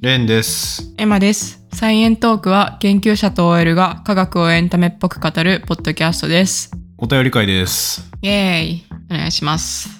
レンです。 エマです。サイエントークは研究者と OL が科学をエンタメっぽく語るポッドキャストです。 お便り会です。 イエーイ。お願いします。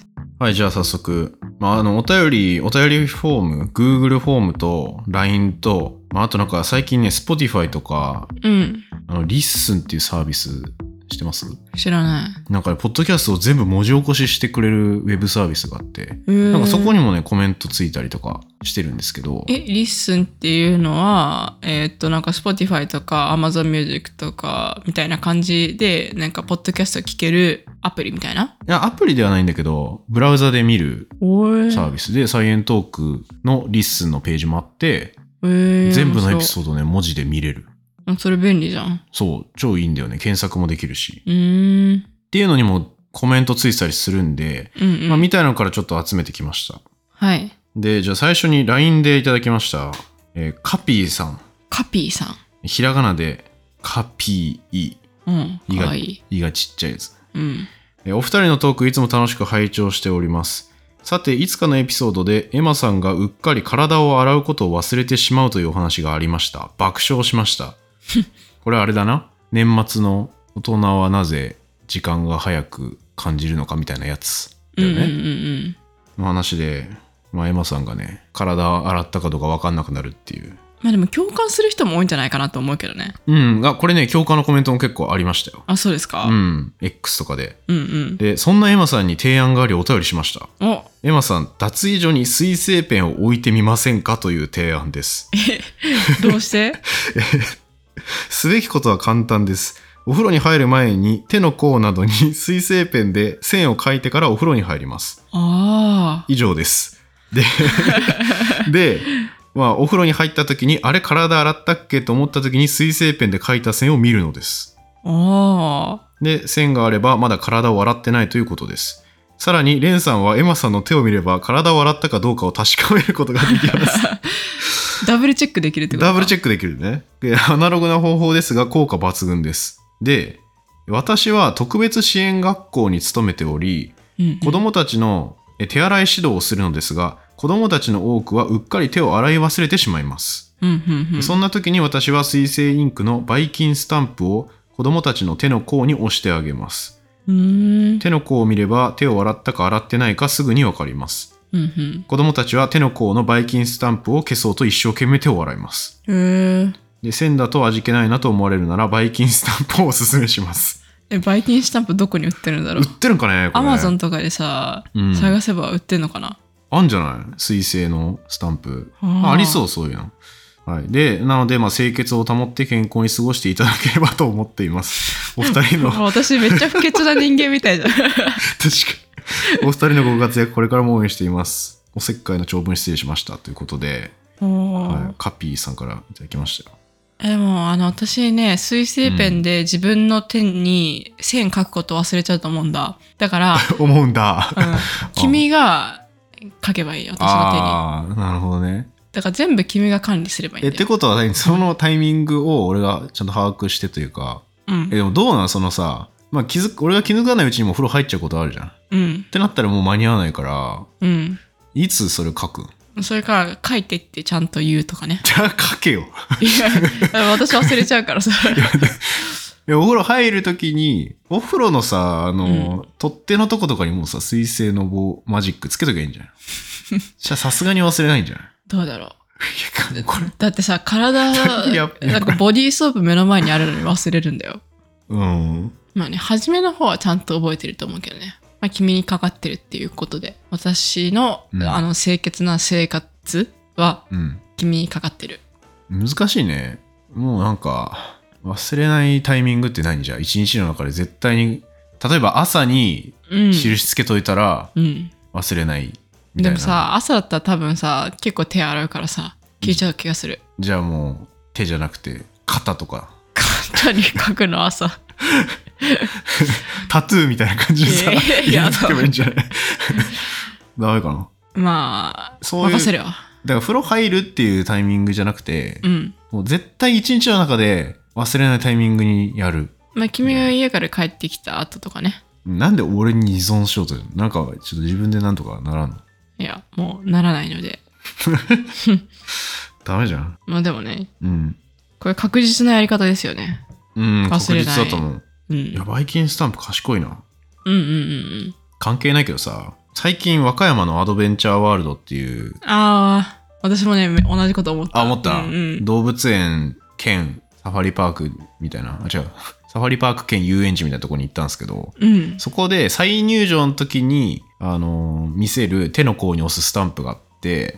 はい、じゃあ早速。お便りフォーム、Google フォームと LINE と、あとなんか最近ね、Spotify とか、リッスンっていうサービス知ってます？ 知らない。 なんかね、ポッドキャストを全部文字起こししてくれるウェブサービスがあって、なんかそこにもね、コメントついたりとかしてるんですけど。 リッスンっていうのは、なんか Spotify とか Amazon Music とかみたいな感じで、なんかポッドキャスト聞けるアプリみたいな？ いや、アプリではないんだけど、ブラウザで見るサービスで、サイエントークのリッスンのページもあって、全部のエピソードね、文字で見れる。 それ便利じゃん。 そう、超いいんだよね。検索もできるし。っていうのにもコメントついてたりするんで、みたいなのからちょっと集めてきました。 はい。 で、じゃあ最初に LINE でいただきました。カピーさん。 カピーさん。 ひらがなでカピー。 かわいい。 いがちっちゃいやつ。お二人のトークいつも楽しく拝聴しております。さて、いつかのエピソードでエマさんがうっかり体を洗うことを忘れてしまうというお話がありました。爆笑しました。これあれだな。年末の大人はなぜ時間が早く感じるのかみたいなやつだよね。の話で、エマさんがね、体洗ったかどうか分かんなくなるっていう。 でも共感する人も多いんじゃないかなと思うけどね。 これね、共感のコメントも結構ありましたよ。 あ、そうですか。 X とかで。で、そんなエマさんに提案がありお便りしました。エマさん、脱衣所に水性ペンを置いてみませんかという提案です。 どうしてすべきことは簡単です。お風呂に入る前に手の甲などに水性ペンで線を描いてからお風呂に入ります。以上です。で、お風呂に入った時にあれ体洗ったっけと思った時に水性ペンで描いた線を見るのです。で、線があればまだ体を洗ってないということです。さらにレンさんはエマさんの手を見れば体を洗ったかどうかを確かめることができます。 ダブルチェックできるってことか。 ダブルチェックできるね。アナログな方法ですが効果抜群です。で、私は特別支援学校に勤めており、子供たちの手洗い指導をするのですが、子供たちの多くはうっかり手を洗い忘れてしまいます。そんな時に私は水性インクのばい菌スタンプを子供たちの手の甲に押してあげます。手の甲を見れば手を洗ったか洗ってないかすぐにわかります。子供たちは手の甲のばい菌スタンプを消そうと一生懸命手を洗います。で、線だと味気ないなと思われるならばい菌スタンプをおすすめします。 ばい菌スタンプどこに売ってるんだろう。 売ってるんかね、これ。 Amazon とかでさ、探せば売ってんのかな。 あんじゃない？水性のスタンプ。ありそう、そういうの。はい。で、なので、清潔を保って健康に過ごしていただければと思っています。お二人の。 私めっちゃ不潔な人間みたいじゃん。確かに。 お二人のご活躍、これからも応援しています。おせっかいの長文失礼しましたということで、カピーさんからいただきましたよ。 でも私ね、水性ペンで自分の手に線描くこと忘れちゃうと思うんだ。だから思うんだ、 君が描けばいい、私の手に。 ああ、なるほどね。 だから全部君が管理すればいいんだよ。 ってことはそのタイミングを俺がちゃんと把握してというか、でもどうなんそのさ、俺が気づかないうちにもお風呂入っちゃうことあるじゃん。ってなったらもう間に合わないから、いつそれ書く？ それから書いてってちゃんと言うとかね。 じゃあ書けよ。 いや、私忘れちゃうからさ。 いやお風呂入るときに、お風呂のさ、取っ手のとことかにもうさ、水性の棒、マジックつけときゃいいんじゃない？じゃあさすがに忘れないんじゃない？ どうだろう。だってさ、体、なんかボディーソープ目の前にあるのに忘れるんだよ。初めの方はちゃんと覚えてると思うけどね。君にかかってるっていうことで、私の、清潔な生活は、君にかかってる。 難しいね。もうなんか、忘れないタイミングって何じゃあ一日の中で絶対に、例えば朝に印つけといたら、忘れないみたいな。 でもさ、朝だったら多分さ、結構手洗うからさ、消えちゃう気がする。 じゃあもう、手じゃなくて、肩とか。 肩に書くの朝。 タトゥーみたいな感じでさ、やっとけばいいんじゃない？ダメかな？ 任せるわ。 だから風呂入るっていうタイミングじゃなくて、もう絶対一日の中で忘れないタイミングにやる。 君が家から帰ってきた後とかね。 なんで俺に依存しようと？なんかちょっと自分でなんとかならんの？ いや、もうならないので。 ダメじゃん。 まあでもね、これ確実なやり方ですよね。 確実だと思う。いや、バイキンスタンプ賢いな。関係ないけどさ、最近和歌山のアドベンチャーワールドっていう。 私もね、同じこと思った。 思った、動物園兼サファリパークみたいな。違う。サファリパーク兼遊園地みたいなところに行ったんですけど、そこで再入場の時に、見せる手の甲に押すスタンプがあって、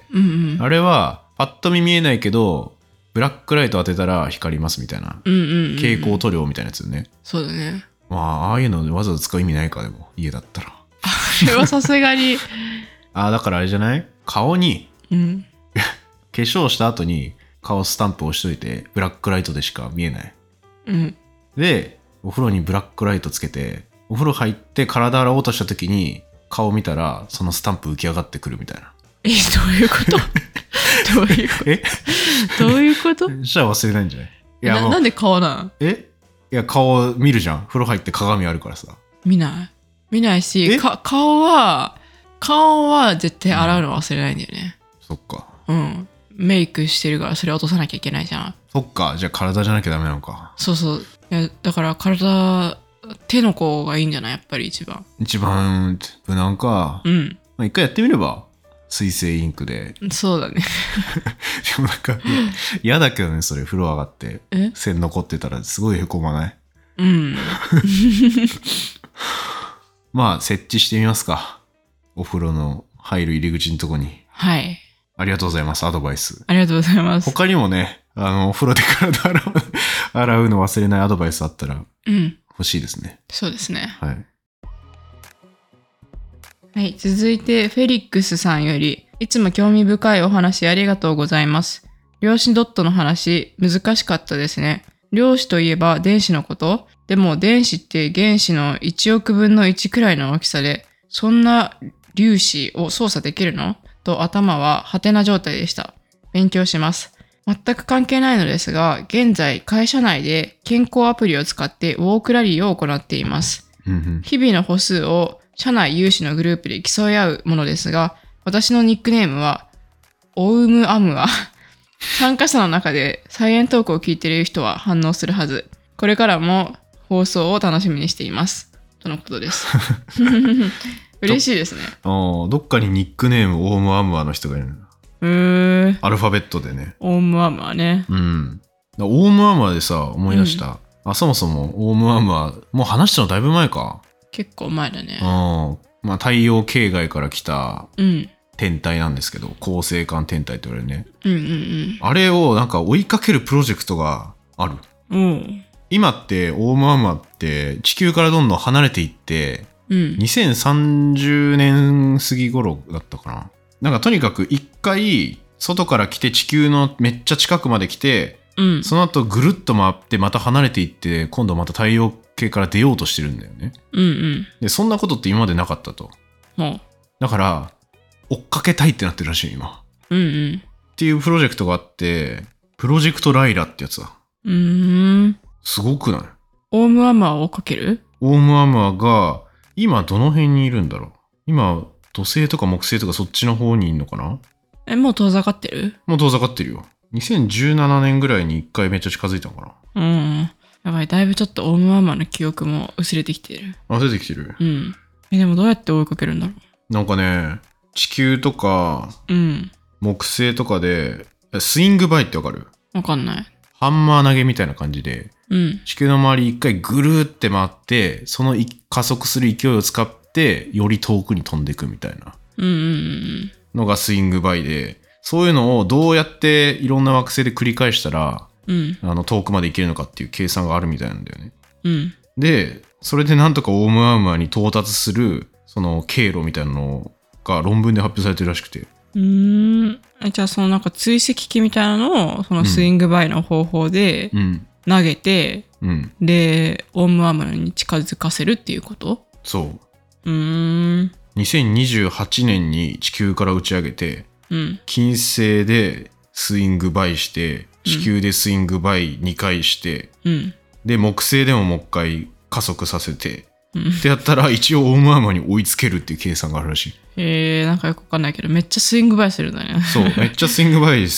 あれはパッと見見えないけど、ブラックライト当てたら光りますみたいな、蛍光塗料みたいなやつよね。 そうだね。 まあ、ああいうのでわざわざ使う意味ないか、でも、家だったら。 あれはさすがに。 だからあれじゃない？顔に、化粧した後に顔スタンプ押しといて、ブラックライトでしか見えない。で、お風呂にブラックライトつけて、お風呂入って体洗おうとした時に顔見たら、そのスタンプ浮き上がってくるみたいな。 どういうことどういうことどういうことじゃあ忘れないんじゃない？いやなんで顔なん？ いや、顔見るじゃん。風呂入って鏡あるからさ。 見ないし、顔は絶対洗うの忘れないんだよね。 そっか。 メイクしてるからそれ落とさなきゃいけないじゃん。 そっか。じゃあ体じゃなきゃダメなのか。 そうそう。いや、だから手の甲がいいんじゃない？やっぱり一番無難か。まあ、一回やってみれば。水性インクで。 そうだね。 でもなんか嫌だけどね、それ。風呂上がって線残ってたらすごいへこまない？まあ設置してみますか。お風呂の入る入り口のとこに。 はい。 ありがとうございます。アドバイス。 ありがとうございます。 他にもね、お風呂で体洗うの忘れないアドバイスあったら欲しいですね。 そうですね。 はい。 はい、続いてフェリックスさんより、いつも興味深いお話ありがとうございます。量子ドットの話、難しかったですね。量子といえば電子のこと？でも電子って原子の1億分の1くらいの大きさで、そんな粒子を操作できるの？と頭はハテナ状態でした。勉強します。全く関係ないのですが、現在会社内で健康アプリを使ってウォークラリーを行っています。日々の歩数を社内有志のグループで競い合うものですが、私のニックネームは、オウムアムア。参加者の中でサイエントークを聞いている人は反応するはず。これからも放送を楽しみにしています。とのことです。嬉しいですね。 どっかにニックネームオウムアムアの人がいる。アルファベットでね。 オウムアムアね。 オウムアムアでさ、思い出した。そもそもオウムアムア、もう話したのだいぶ前か。 結構前だね。 まあ、太陽系外から来た天体なんですけど、恒星間天体って言われるね。あれをなんか追いかけるプロジェクトがある。今ってオウムアムアって地球からどんどん離れていって、2030年過ぎ頃だったかな。なんかとにかく一回外から来て地球のめっちゃ近くまで来て、その後ぐるっと回ってまた離れていって今度また太陽系から出ようとしてるんだよね。でそんなことって今までなかったと。だから追っかけたいってなってるらしい今。っていうプロジェクトがあって、プロジェクトライラってやつだ。すごくない？ オウムアムアを追っかける？ オウムアムアが今どの辺にいるんだろう。今土星とか木星とかそっちの方にいるのかな？ もう遠ざかってる？ もう遠ざかってるよ。2017年ぐらいに一回めっちゃ近づいたのかな。やばい、だいぶちょっとオウムアムアの記憶も薄れてきてる。 出てきてる。 でもどうやって追いかけるんだろう。なんかね、地球とか、木星とかでスイングバイってわかる？ わかんない。 ハンマー投げみたいな感じで、地球の周り一回ぐるーって回って、その加速する勢いを使ってより遠くに飛んでいくみたいなのがスイングバイで、そういうのをどうやっていろんな惑星で繰り返したら、遠くまで行けるのかっていう計算があるみたいなんだよね。でそれでなんとかオウムアムアに到達するその経路みたいなのが論文で発表されてるらしくて。 じゃあそのなんか追跡機みたいなのをそのスイングバイの方法で投げて、でオウムアムアに近づかせるっていうこと？ そう。2028年に地球から打ち上げて、金星でスイングバイして地球でスイングバイ2回して、で木星でももう一回加速させて、ってやったら一応オウムアムアに追いつけるっていう計算があるらしい。 なんかよくわかんないけどめっちゃスイングバイするんだね。 そう、めっちゃスイングバイする。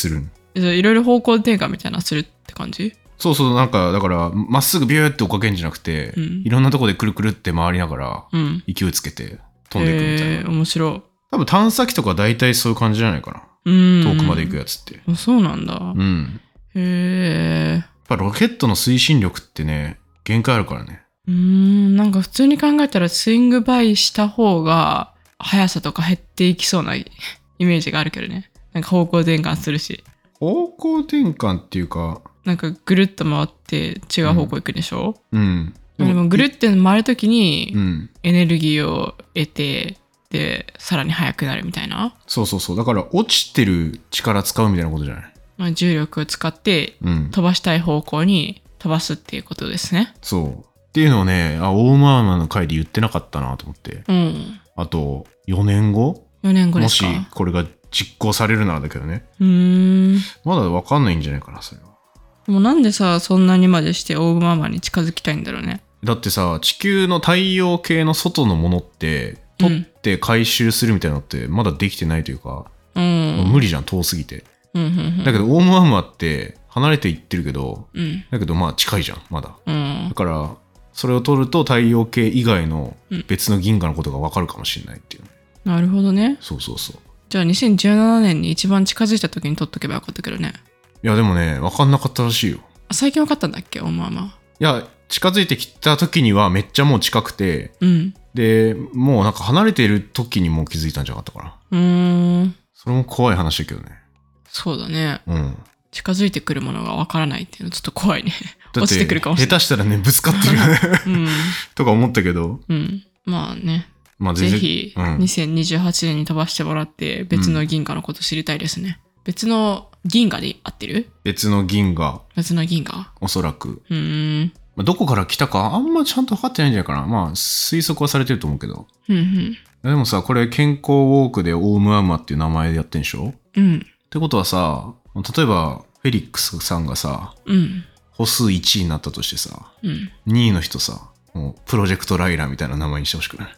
いろいろ方向転換みたいなするって感じ？ そうそう、なんかだからまっすぐビューって追っかけんじゃなくて、いろんなとこでくるくるって回りながら、勢いつけて飛んでいくみたいな。 面白い。 多分探査機とか大体そういう感じじゃないかな。遠くまで行くやつって。 そうなんだ。 やっぱロケットの推進力ってね、限界あるからね。 なんか普通に考えたらスイングバイした方が速さとか減っていきそうなイメージがあるけどね。なんか方向転換するし。 方向転換っていうか、 なんかぐるっと回って違う方向行くでしょ？ でもぐるって回るときにエネルギーを得て、でさらに速くなるみたいな。 そうそうそう。だから落ちてる力使うみたいなことじゃない？ まあ、重力を使って飛ばしたい方向に飛ばすっていうことですね。 そう。っていうのをね、オウムアーマーの回で言ってなかったなと思って。あと4年後ですか？ もしこれが実行されるならだけどね。まだ分かんないんじゃないかな、それは。 でもなんでさ、そんなにまでしてオウムアーマーに近づきたいんだろうね。 だってさ、地球の太陽系の外のものって取って回収するみたいなのってまだできてないというか、無理じゃん、遠すぎて。だけどオウムアーマーって離れていってるけど、だけどまあ近いじゃん、まだ。だからそれを取ると太陽系以外の別の銀河のことが分かるかもしれないっていう、 なるほどね。 そうそうそう。 じゃあ2017年に一番近づいた時に取っとけばよかったけどね。 いやでもね、分かんなかったらしいよ。 最近分かったんだっけ、オウムアーマー。 いや、近づいてきた時にはめっちゃもう近くて、でもうなんか離れている時にもう気づいたんじゃなかったかな。それも怖い話だけどね。 そうだね。近づいてくるものがわからないっていうのちょっと怖いね。 落ちてくるかもしれない。下手したらね、ぶつかってるよね、とか思ったけど。 まあね。 まあ、 ぜひ、2028年に飛ばしてもらって別の銀河のこと知りたいですね。別の銀河で合ってる？ 別の銀河。おそらく。どこから来たかあんまちゃんと分かってないんじゃないかな。まあ推測はされてると思うけど。でもさ、これ健康ウォークでオウムアーマーっていう名前でやってんでしょ？ってことはさ、例えばフェリックスさんがさ、歩数1位になったとしてさ、2位の人さ、もうプロジェクトライラーみたいな名前にしてほしくない？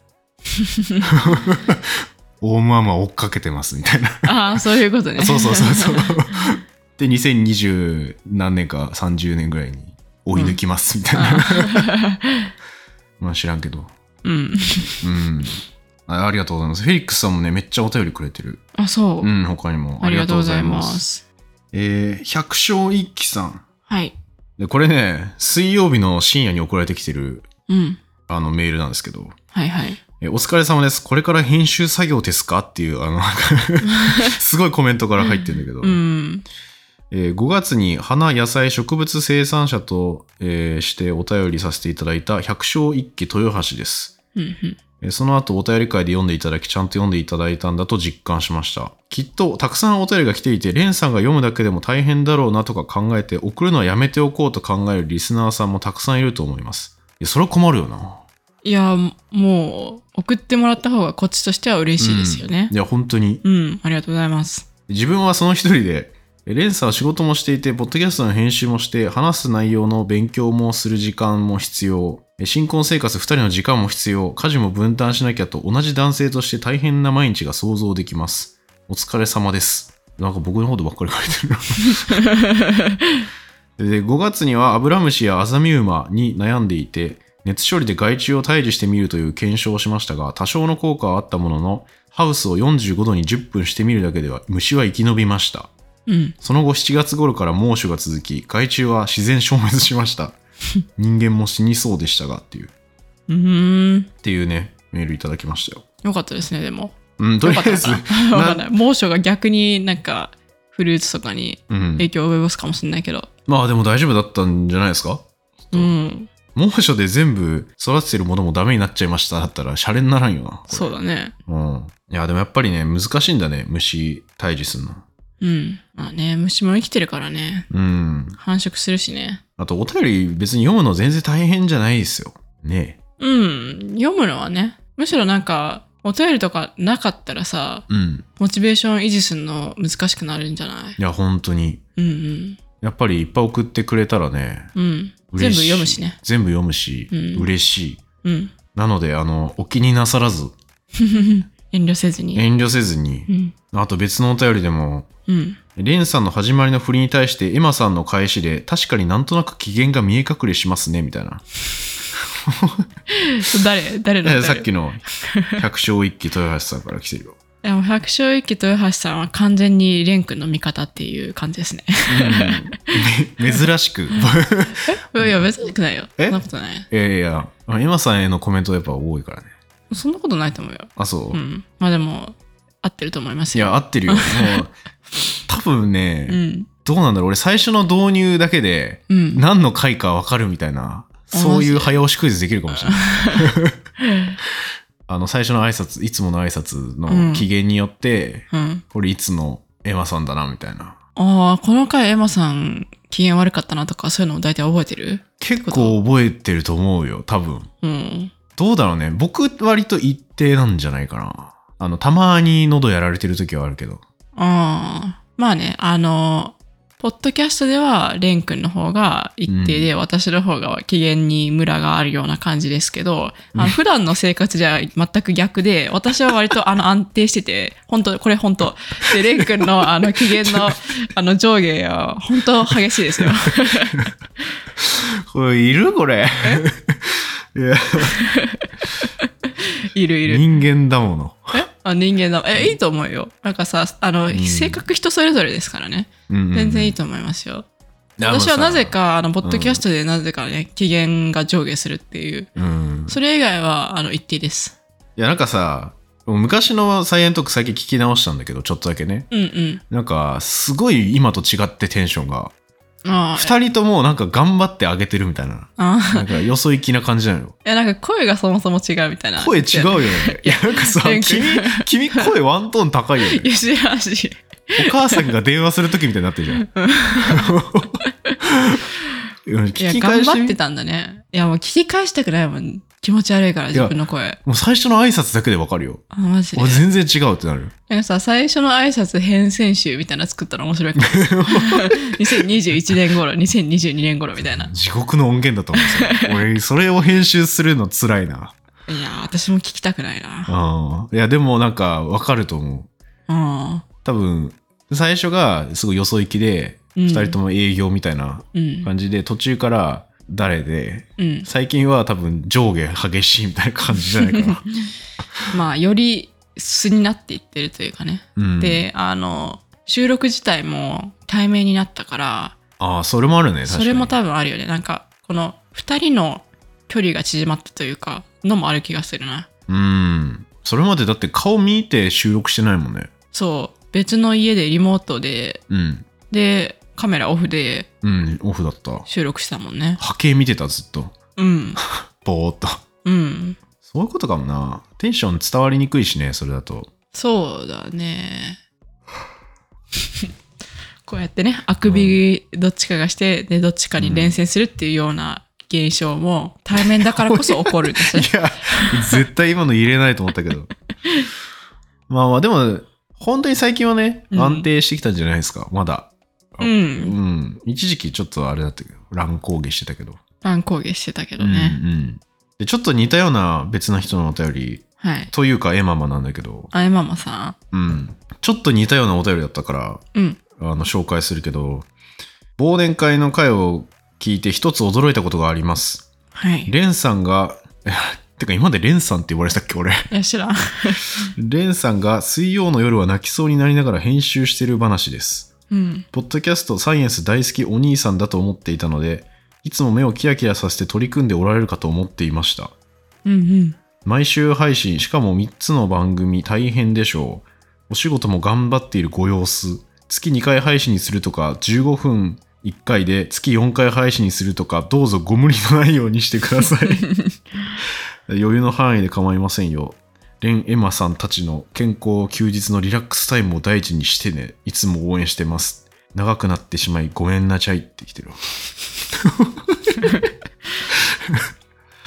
オウムアーマー追っかけてますみたいな。 ああ、そういうことね。 そうで2020何年か30年ぐらいに追い抜きますみたいな、まあ知らんけど、ありがとうございます。フェリックスさんもね、めっちゃお便りくれてる。 あ、そう。 他にもありがとうございます。百姓一揆さん。 はい。 でこれね、水曜日の深夜に送られてきてる、メールなんですけど。 はいはい。 お疲れ様です。これから編集作業ですかっていう、すごいコメントから入ってるんだけど。5月に花野菜植物生産者と、してお便りさせていただいた百姓一揆豊橋です。その後お便り会で読んでいただき、ちゃんと読んでいただいたんだと実感しました。きっとたくさんお便りが来ていて、レンさんが読むだけでも大変だろうなとか考えて、送るのはやめておこうと考えるリスナーさんもたくさんいると思います。いや、それは困るよな。 いや、もう送ってもらった方がこっちとしては嬉しいですよね。 いや、本当に。 ありがとうございます。 自分はその一人で、レンさんは仕事もしていて、ポッドキャストの編集もして、話す内容の勉強もする時間も必要。新婚生活2人の時間も必要。家事も分担しなきゃと同じ男性として大変な毎日が想像できます。お疲れ様です。なんか僕のことばっかり書いてるで、5月にはアブラムシやアザミウマに悩んでいて、熱処理で害虫を退治してみるという検証をしましたが、多少の効果はあったものの、ハウスを45度に10分してみるだけでは虫は生き延びました。その後7月頃から猛暑が続き、害虫は自然消滅しました。人間も死にそうでしたがっていうっていうね、メールいただきましたよ。 よかったですね。でもとりあえず猛暑が逆になんかフルーツとかに影響を及ぼすかもしれないけど、 まあでも大丈夫だったんじゃないですか。猛暑で全部育ててるものもダメになっちゃいましただったらシャレにならんよな。 そうだね。 いやでもやっぱりね、難しいんだね、虫退治するの。 まあね、虫も生きてるからね。繁殖するしね。 あとお便り別に読むの全然大変じゃないですよね。 読むのはね、むしろなんかお便りとかなかったらさ、モチベーション維持するの難しくなるんじゃない？ いや本当に。やっぱりいっぱい送ってくれたらね、 全部読むしね。 全部読むし、嬉しい。なのでお気になさらず遠慮せずに。 あと別のお便りでも、レンさんの始まりの振りに対してエマさんの返しで、確かになんとなく機嫌が見え隠れしますねみたいな。 誰のさっきの百姓一揆豊橋さんから来てるよ。 でも百姓一揆豊橋さんは完全にレン君の味方っていう感じですね。 珍しく。 いや珍しくないよ。そんなことない。 いやエマさんへのコメントやっぱ多いからね。 そんなことないと思うよ。 あ、そう。 まあでも合ってると思いますよ。いや合ってるよ。もう多分ね、どうなんだろう。俺最初の導入だけで何の回か分かるみたいな、そういう早押しクイズできるかもしれない。最初の挨拶、いつもの挨拶の機嫌によって、これいつのエマさんだなみたいな。 ああ、この回エマさん機嫌悪かったなとかそういうのを大体覚えてる？ 結構覚えてると思うよ、多分。どうだろうね。僕割と一定なんじゃないかな。たまに喉やられてる時はあるけど。 まあね、ポッドキャストではレン君の方が一定で、私の方が機嫌にムラがあるような感じですけど、普段の生活じゃ全く逆で、私は割と安定してて、これ本当で、レン君の機嫌の上下は本当激しいですよ。 これいるこれ。いやいる。 人間だもの。 人間だ。いいと思うよ。なんかさ、性格人それぞれですからね。全然いいと思いますよ。私はなぜか、ポッドキャストでなぜかね、機嫌が上下するっていう。それ以外は、一定です。 いや、なんかさ、昔のサイエントーク最近聞き直したんだけど、ちょっとだけね。なんか、すごい今と違ってテンションが。二人ともなんか頑張ってあげてるみたいな。なんかよそ行きな感じなのよ。 いや、なんか声がそもそも違うみたいな。 声違うよね。いや、なんかさ、君声ワントーン高いよね。 いや、知らんし。 お母さんが電話するときみたいになってるじゃん。 聞き返して頑張ってたんだね。いや、もう聞き返したくないもん。気持ち悪いから、自分の声。 もう最初の挨拶だけでわかるよ。 マジで。 全然違うってなるよ。 なんかさ、最初の挨拶変遷集みたいなの作ったら面白いかも。2021年頃、2022年頃みたいな。 地獄の音源だと思うんですよ。俺、それを編集するの辛いな。 いや、私も聞きたくないな。 いや、でもなんかわかると思う。多分、最初がすごいよそ行きで、二人とも営業みたいな感じで、途中から誰で、最近は多分上下激しいみたいな感じじゃないかな。 まあ、より素になっていってるというかね。で、収録自体も対面になったから。 それもあるね、確かに。 それも多分あるよね。なんか、この二人の距離が縮まったというか、のもある気がするな。 それまでだって顔見て収録してないもんね。 そう。別の家でリモートで、で、カメラオフで、 オフだった。 収録したもんね。 波形見てた、ずっと。ぼーっと。そういうことかもな。テンション伝わりにくいしね、それだと。 そうだね。こうやってね、あくびどっちかがして、で、どっちかに連戦するっていうような現象も対面だからこそ起こるんですね。 いや、絶対今の入れないと思ったけど。まあでも、本当に最近はね、安定してきたんじゃないですか、まだ。一時期ちょっとあれだったけど、乱高下してたけど。 ね。 で、ちょっと似たような別な人のお便り、というかエママなんだけど。 エママさん。ちょっと似たようなお便りだったから、紹介するけど、忘年会の回を聞いて一つ驚いたことがあります。レンさんが、てか今までレンさんって言われたっけ俺。 いや知らん。 レンさんが水曜の夜は泣きそうになりながら編集してる話です。ポッドキャストサイエンス大好きお兄さんだと思っていたので、いつも目をキラキラさせて取り組んでおられるかと思っていました。毎週配信、しかも3つの番組大変でしょう。お仕事も頑張っているご様子。月2回配信にするとか、15分1回で月4回配信にするとか、どうぞご無理のないようにしてください。余裕の範囲で構いませんよ。レン・エマさんたちの健康休日のリラックスタイムを大事にしてね。いつも応援してます。長くなってしまいごめんなちゃいって来てる。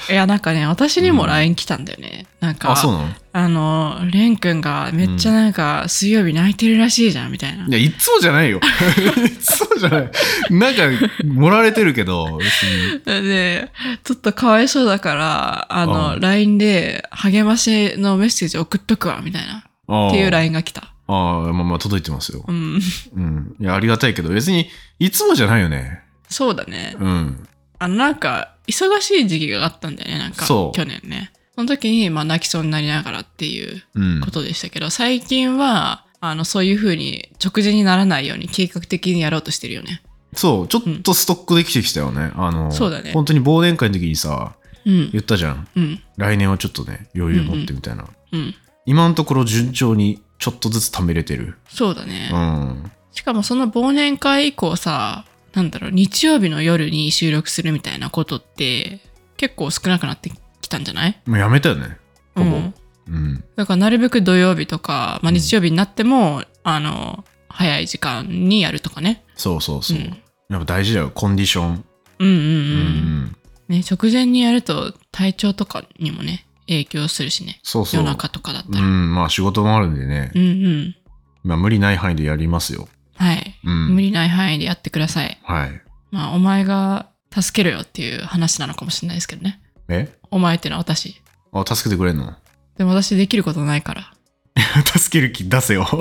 いや、なんかね、私にも LINE 来たんだよね。なんか、 そうなのレン君がめっちゃなんか、水曜日泣いてるらしいじゃん、みたいな。 いや、いつもじゃないよ。いつもじゃない。なんか、盛られてるけど、別に。 で、ちょっとかわいそうだから、LINE で励ましのメッセージ送っとくわ、みたいな。っていう LINE が来た。 まあ届いてますよ。うん。いや、ありがたいけど、別に、いつもじゃないよね。 そうだね。 うん。 なんか、忙しい時期があったんだよね、なんか、去年ね。その時に、泣きそうになりながらっていうことでしたけど、最近は、そういう風に直前にならないように計画的にやろうとしてるよね。 そう、ちょっとストックできてきたよね。 そうだね。 本当に忘年会の時にさ、言ったじゃん。来年はちょっとね、余裕持ってみたいな。今のところ順調にちょっとずつ貯めれてる。 そうだね。しかもその忘年会以降さ、日曜日の夜に収録するみたいなことって結構少なくなってきたんじゃない？ もうやめたよね。ほぼ。 だからなるべく土曜日とか、日曜日になっても、早い時間にやるとかね。 そう。やっぱ大事だよ、コンディション。 ね、直前にやると体調とかにもね、影響するしね。夜中とかだったら。 まあ仕事もあるんでね。まあ無理ない範囲でやりますよ。 はい。無理ない範囲でやってください。 はい。 まあお前が助けろよっていう話なのかもしれないですけどね。お前ってのは私。 助けてくれんの？ でも私できることないから。 助ける気出せよ。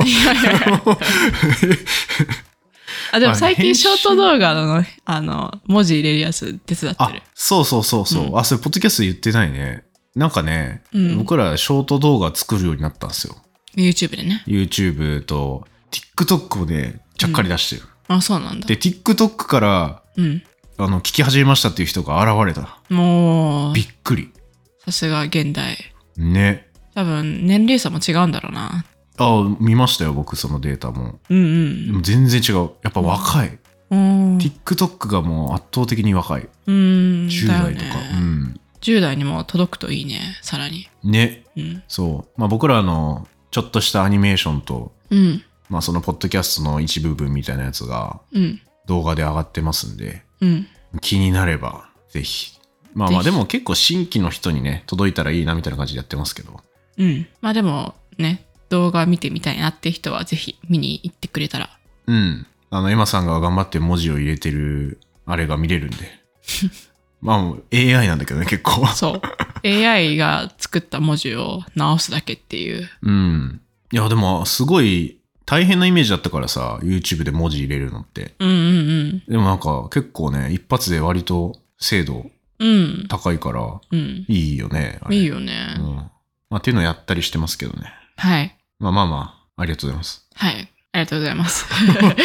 でも最近ショート動画の、文字入れるやつ手伝ってる。 そう。それポッドキャスト言ってないね。なんかね、僕らショート動画作るようになったんですよ。 YouTube でね。 YouTube と TikTok をね、ちゃっかり出してる。 そうなんだ。 で、TikTok から、聞き始めましたっていう人が現れた。 もう。 びっくり。 さすが現代。 ね。 多分、年齢差も違うんだろうな。 見ましたよ、僕、そのデータも。でも全然違う。やっぱ若い。TikTok がもう圧倒的に若い。10代とか。 10代にも届くといいね、さらに。 ね。そう。まあ僕らのちょっとしたアニメーションと、まあそのポッドキャストの一部分みたいなやつが、動画で上がってますんで、気になれば、ぜひ。まあでも結構新規の人にね、届いたらいいなみたいな感じでやってますけど。 まあでもね、動画見てみたいなって人はぜひ見に行ってくれたら。 エマさんが頑張って文字を入れてる、あれが見れるんで。まあ AI なんだけどね、結構。 そう。AI が作った文字を直すだけっていう。 いや、でもすごい大変なイメージだったからさ、YouTube で文字入れるのって。でもなんか結構ね、一発で割と精度高いから、いいよね。 いいよね。 まあっていうのをやったりしてますけどね。 はい。 まあ、ありがとうございます。 はい。ありがとうございます。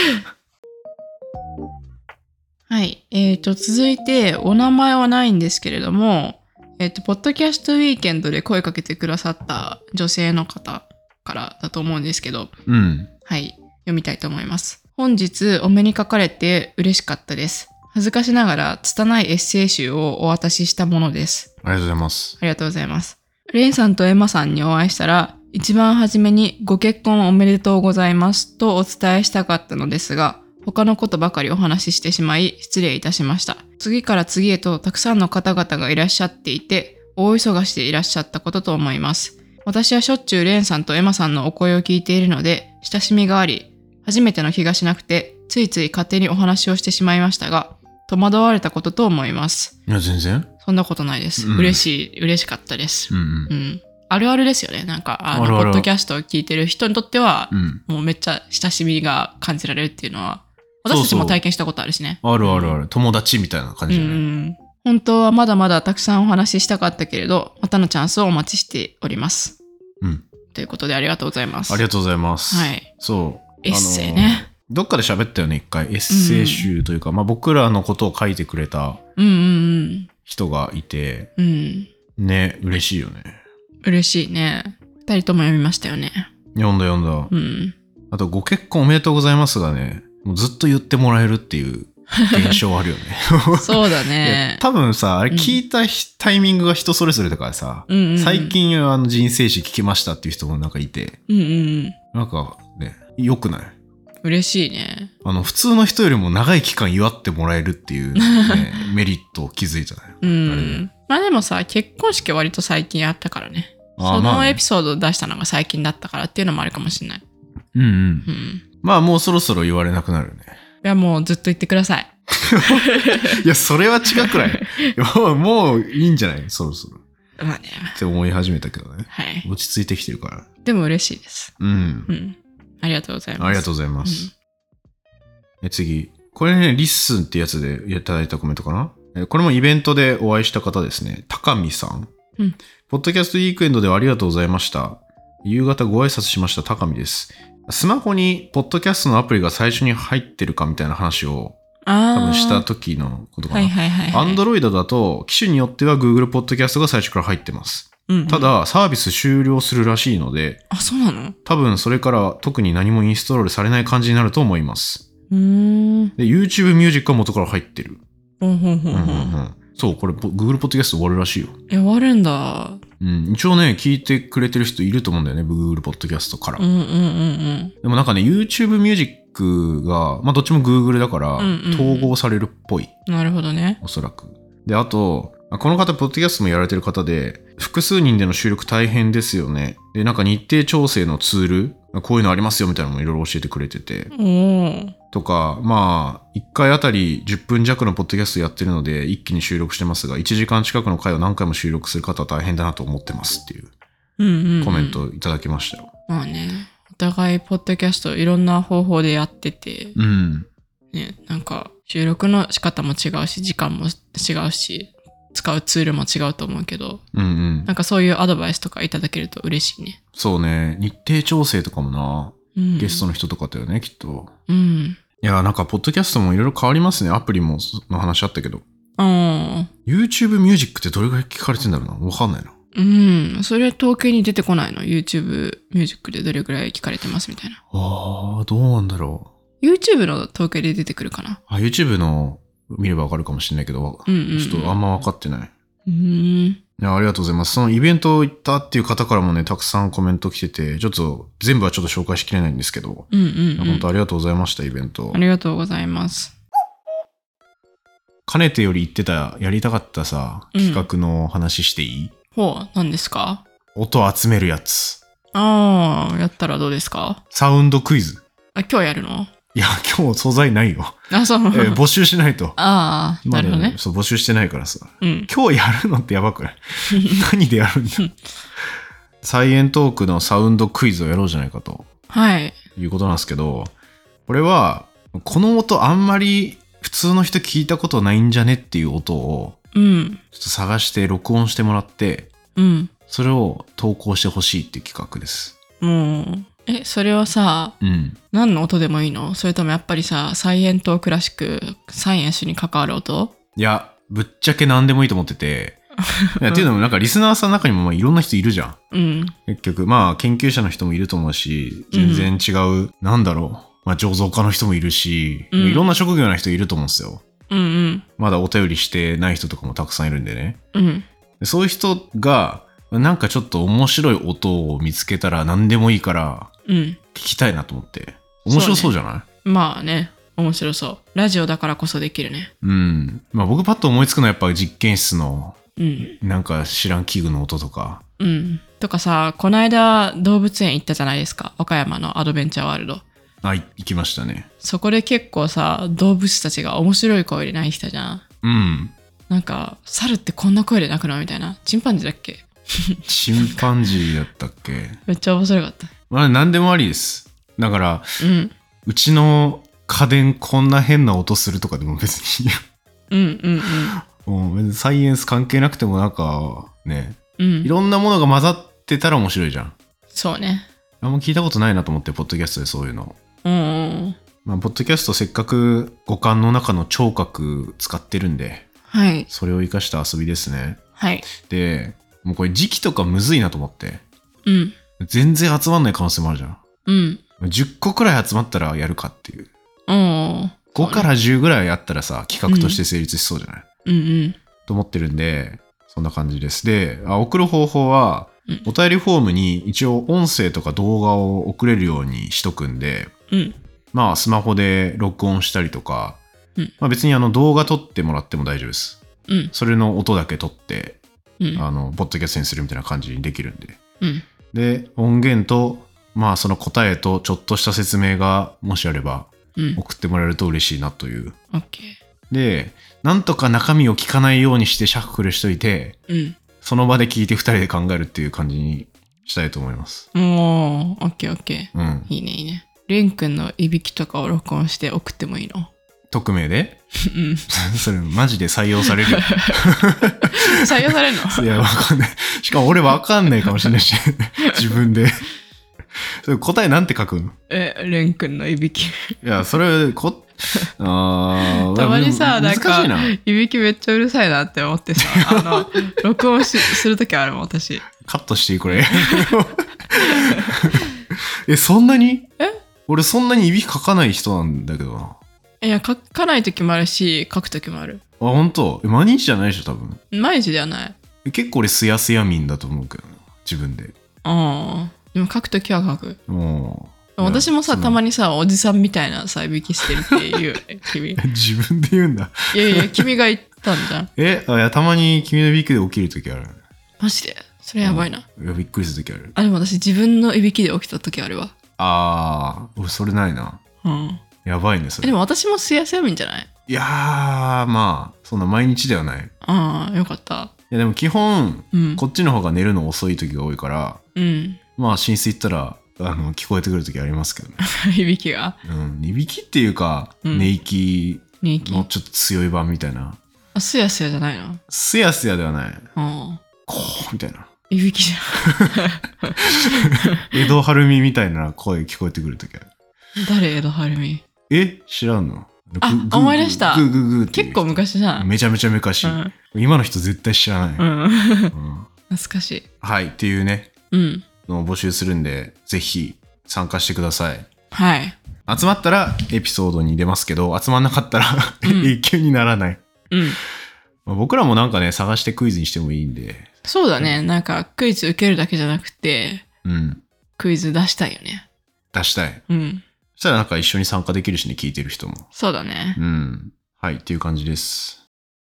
はい。続いて、お名前はないんですけれども、ポッドキャストウィーケンドで声かけてくださった女性の方からだと思うんですけど、はい。読みたいと思います。本日お目にかかれて嬉しかったです。恥ずかしながら拙いエッセイ集をお渡ししたものです。 ありがとうございます。 ありがとうございます。レンさんとエマさんにお会いしたら、一番初めにご結婚おめでとうございますとお伝えしたかったのですが、他のことばかりお話ししてしまい失礼いたしました。次から次へとたくさんの方々がいらっしゃっていて、大忙しでいらっしゃったことと思います。私はしょっちゅうレンさんとエマさんのお声を聞いているので、親しみがあり、初めての気がしなくて、ついつい勝手にお話をしてしまいましたが、戸惑われたことと思います。 いや、全然。 そんなことないです。嬉しかったです。あるあるですよね。なんか、ポッドキャストを聞いてる人にとっては、もうめっちゃ親しみが感じられるっていうのは、私たちも体験したことあるしね。 ある。友達みたいな感じじゃない。 本当はまだまだたくさんお話ししたかったけれど、またのチャンスをお待ちしております。ということでありがとうございます。 ありがとうございます。 はい。 そう。 エッセイね。 どっかで喋ったよね、一回。エッセイ集というか、まあ僕らのことを書いてくれた人がいて、ね、嬉しいよね。 嬉しいね。二人とも読みましたよね。 読んだ。あと、ご結婚おめでとうございますがね、もうずっと言ってもらえるっていう現象あるよね。 そうだね。 多分さ、あれ聞いたタイミングが人それぞれだからさ、最近人生史聞きましたっていう人もなんかいて、なんかね、良くない？ 嬉しいね。 普通の人よりも長い期間祝ってもらえるっていう、ね、メリットを気づいたね。 まあでもさ、結婚式割と最近あったからね。そのエピソードを出したのが最近だったからっていうのもあるかもしれない。 うんうん。まあもうそろそろ言われなくなるね。 いやもうずっと言ってください。 いや、それは違くらい。もういいんじゃないそろそろ。 まあね。 って思い始めたけどね。 はい。 落ち着いてきてるから。 でも嬉しいです。 うん。 ありがとうございます。 ありがとうございます。次。これね、リッスンってやつでいただいたコメントかな。これもイベントでお会いした方ですね。高見さん。ポッドキャストウィークエンドではありがとうございました。夕方ご挨拶しました高見です。スマホにポッドキャストのアプリが最初に入ってるかみたいな話を多分した時のことかな。Android だと機種によっては Google ポッドキャストが最初から入ってます。ただサービス終了するらしいので、 そうなの？ 多分それから特に何もインストールされない感じになると思います。で YouTube ミュージックは元から入ってる。そう、これ Google ポッドキャスト終わるらしいよ。 終わるんだ。 一応ね、聞いてくれてる人いると思うんだよね、Google ポッドキャストから。でもなんかね、YouTube ミュージックが、まあどっちも Google だから、統合されるっぽい。 なるほどね。 おそらく。で、あと、この方、ポッドキャストもやられてる方で、複数人での収録大変ですよね。で、なんか日程調整のツール、こういうのありますよみたいなのもいろいろ教えてくれてて。とか、まあ、1回あたり10分弱のポッドキャストやってるので、一気に収録してますが、1時間近くの回を何回も収録する方は大変だなと思ってますっていうコメントいただきましたよ。 まあね、お互いポッドキャストいろんな方法でやってて、ね、なんか収録の仕方も違うし、時間も違うし、使うツールも違うと思うけど、なんかそういうアドバイスとかいただけると嬉しいね。 そうね、日程調整とかもな、ゲストの人とかだよね、きっと。いや、なんか、ポッドキャストもいろいろ変わりますね。アプリもの話あったけど。YouTube ミュージックってどれぐらい聞かれてんだろうな。わかんないな。 それ統計に出てこないの？ YouTube ミュージックでどれぐらい聞かれてますみたいな。 どうなんだろう。YouTube の統計で出てくるかな。 YouTube の見ればわかるかもしれないけど、ちょっとあんまわかってない。いや、ありがとうございます。そのイベント行ったっていう方からもね、たくさんコメント来てて、ちょっと全部はちょっと紹介しきれないんですけど、本当ありがとうございました、イベント。 ありがとうございます。 かねてより言ってた、やりたかったさ、企画の話していい？ 何ですか？ 音集めるやつ。 やったらどうですか？ サウンドクイズ。 今日やるの？ いや、今日素材ないよ。 そう。 募集しないと。 なるほどね。 そう、募集してないからさ。今日やるのってやばくない？何でやるんだ？サイエントークのサウンドクイズをやろうじゃないかと。いうことなんですけど、これは、この音あんまり普通の人聞いたことないんじゃねっていう音を、ちょっと探して録音してもらって、それを投稿してほしいっていう企画です。 それはさ、何の音でもいいの？それともやっぱりさ、サイエントクラシック、サイエンスに関わる音？ いや、ぶっちゃけ何でもいいと思ってて。っていうのもなんかリスナーさんの中にもまあいろんな人いるじゃん。結局、まあ研究者の人もいると思うし、全然違う、なんだろう。まあ醸造家の人もいるし、いろんな職業の人いると思うんですよ。まだお便りしてない人とかもたくさんいるんでね。そういう人が、なんかちょっと面白い音を見つけたら何でもいいから、聞きたいなと思って。面白そうじゃない？ まあね、面白そう。ラジオだからこそできるね。 まあ僕パッと思いつくのはやっぱ実験室の、なんか知らん器具の音とか。 とかさ、この間動物園行ったじゃないですか。岡山のアドベンチャーワールド。 行きましたね。 そこで結構さ、動物たちが面白い声で鳴いてたじゃん。なんか、猿ってこんな声で鳴くのみたいな。チンパンジーだっけ？ チンパンジーだったっけ？ めっちゃ面白かった。 まあ何でもありです。だから、うちの家電こんな変な音するとかでも別にもう別にサイエンス関係なくてもなんかね、いろんなものが混ざってたら面白いじゃん。 そうね。 あんま聞いたことないなと思って、ポッドキャストでそういうの。まあ、ポッドキャストせっかく五感の中の聴覚使ってるんで、それを生かした遊びですね。で、もうこれ時期とかむずいなと思って、全然集まんない可能性もあるじゃん。10個くらい集まったらやるかっていう。5から10ぐらいやったらさ、企画として成立しそうじゃない、と思ってるんで、そんな感じです。で、送る方法は、お便りフォームに一応音声とか動画を送れるようにしとくんで、まあスマホで録音したりとか、まあ別に動画撮ってもらっても大丈夫です。それの音だけ撮ってうん、 ポッドキャストにするみたいな感じにできるんで、 うん、 で音源とまあその答えとちょっとした説明がもしあれば送ってもらえると嬉しいなという、 OK。 でなんとか中身を聞かないようにしてシャッフルしといて、その場で聞いて2人で考えるっていう感じにしたいと思います。 もう OK、いいねいいね。レン君のいびきとかを録音して送ってもいいの？ 匿名でそれマジで採用されるよ採用されるの？ いやわかんない。しかも俺わかんないかもしれないし自分でそれ答えなんて書くの？ レン君のいびき。いやそれたまにさ、なんかいびきめっちゃうるさいなって思ってさ録音するときあるもん私。 カットしていいこれそんなに？俺そんなにいびき書かない人なんだけどな。 いや書かないときもあるし書くときもある。 あ本当？毎日じゃないでしょ多分。 毎日ではない。 結構俺すやすや民だと思うけどな自分で。 でも書くときは書く。私もさたまにさおじさんみたいなさいびきしてるって言う君自分で言うんだ。 いや君が言ったんじゃん。 いやたまに君のいびきで起きるときある。 マジで？それやばいな。 いやびっくりするときある。 でも私自分のいびきで起きたときあるわ。 俺それないな。やばいねそれ。 でも私もすやすやみんじゃない？ いやーまあそんな毎日ではない。 よかった。 いやでも基本、こっちの方が寝るの遅い時が多いから、まあ寝室行ったら聞こえてくる時ありますけどねいびきが。 いびきっていうか、寝息のちょっと強い版みたいな。 すやすやじゃないの？ すやすやではない。こうみたいな。 いびきじゃん江戸晴美みたいな声聞こえてくる時ある。 誰江戸晴美？ 知らんの？ 思い出した。 グーグーグーって結構昔じゃん。 めちゃめちゃ昔、今の人絶対知らない、 懐かしい。 はいっていうね、のを募集するんでぜひ参加してください。 はい。 集まったらエピソードに出ますけど、集まんなかったら永久にならない。僕らもなんかね探してクイズにしてもいいんで。 そうだね。なんかクイズ受けるだけじゃなくて、クイズ出したいよね。 出したい。そしたらなんか一緒に参加できるしね、聞いてる人も。 そうだね。 はいっていう感じです。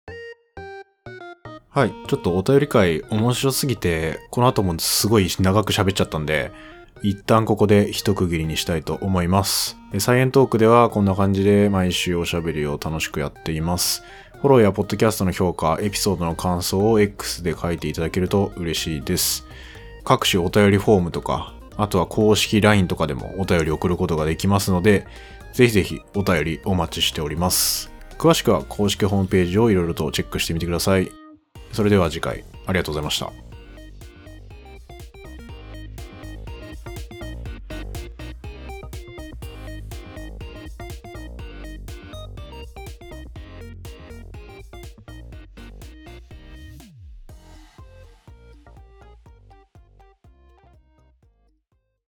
はい、ちょっとお便り会面白すぎてこの後もすごい長く喋っちゃったんで、一旦ここで一区切りにしたいと思います。サイエントークではこんな感じで毎週おしゃべりを楽しくやっています。フォローやポッドキャストの評価、エピソードの感想を X で書いていただけると嬉しいです。各種お便りフォームとか、あとは公式 LINE とかでもお便り送ることができますので、ぜひぜひお便りお待ちしております。詳しくは公式ホームページをいろいろとチェックしてみてください。それでは次回ありがとうございました。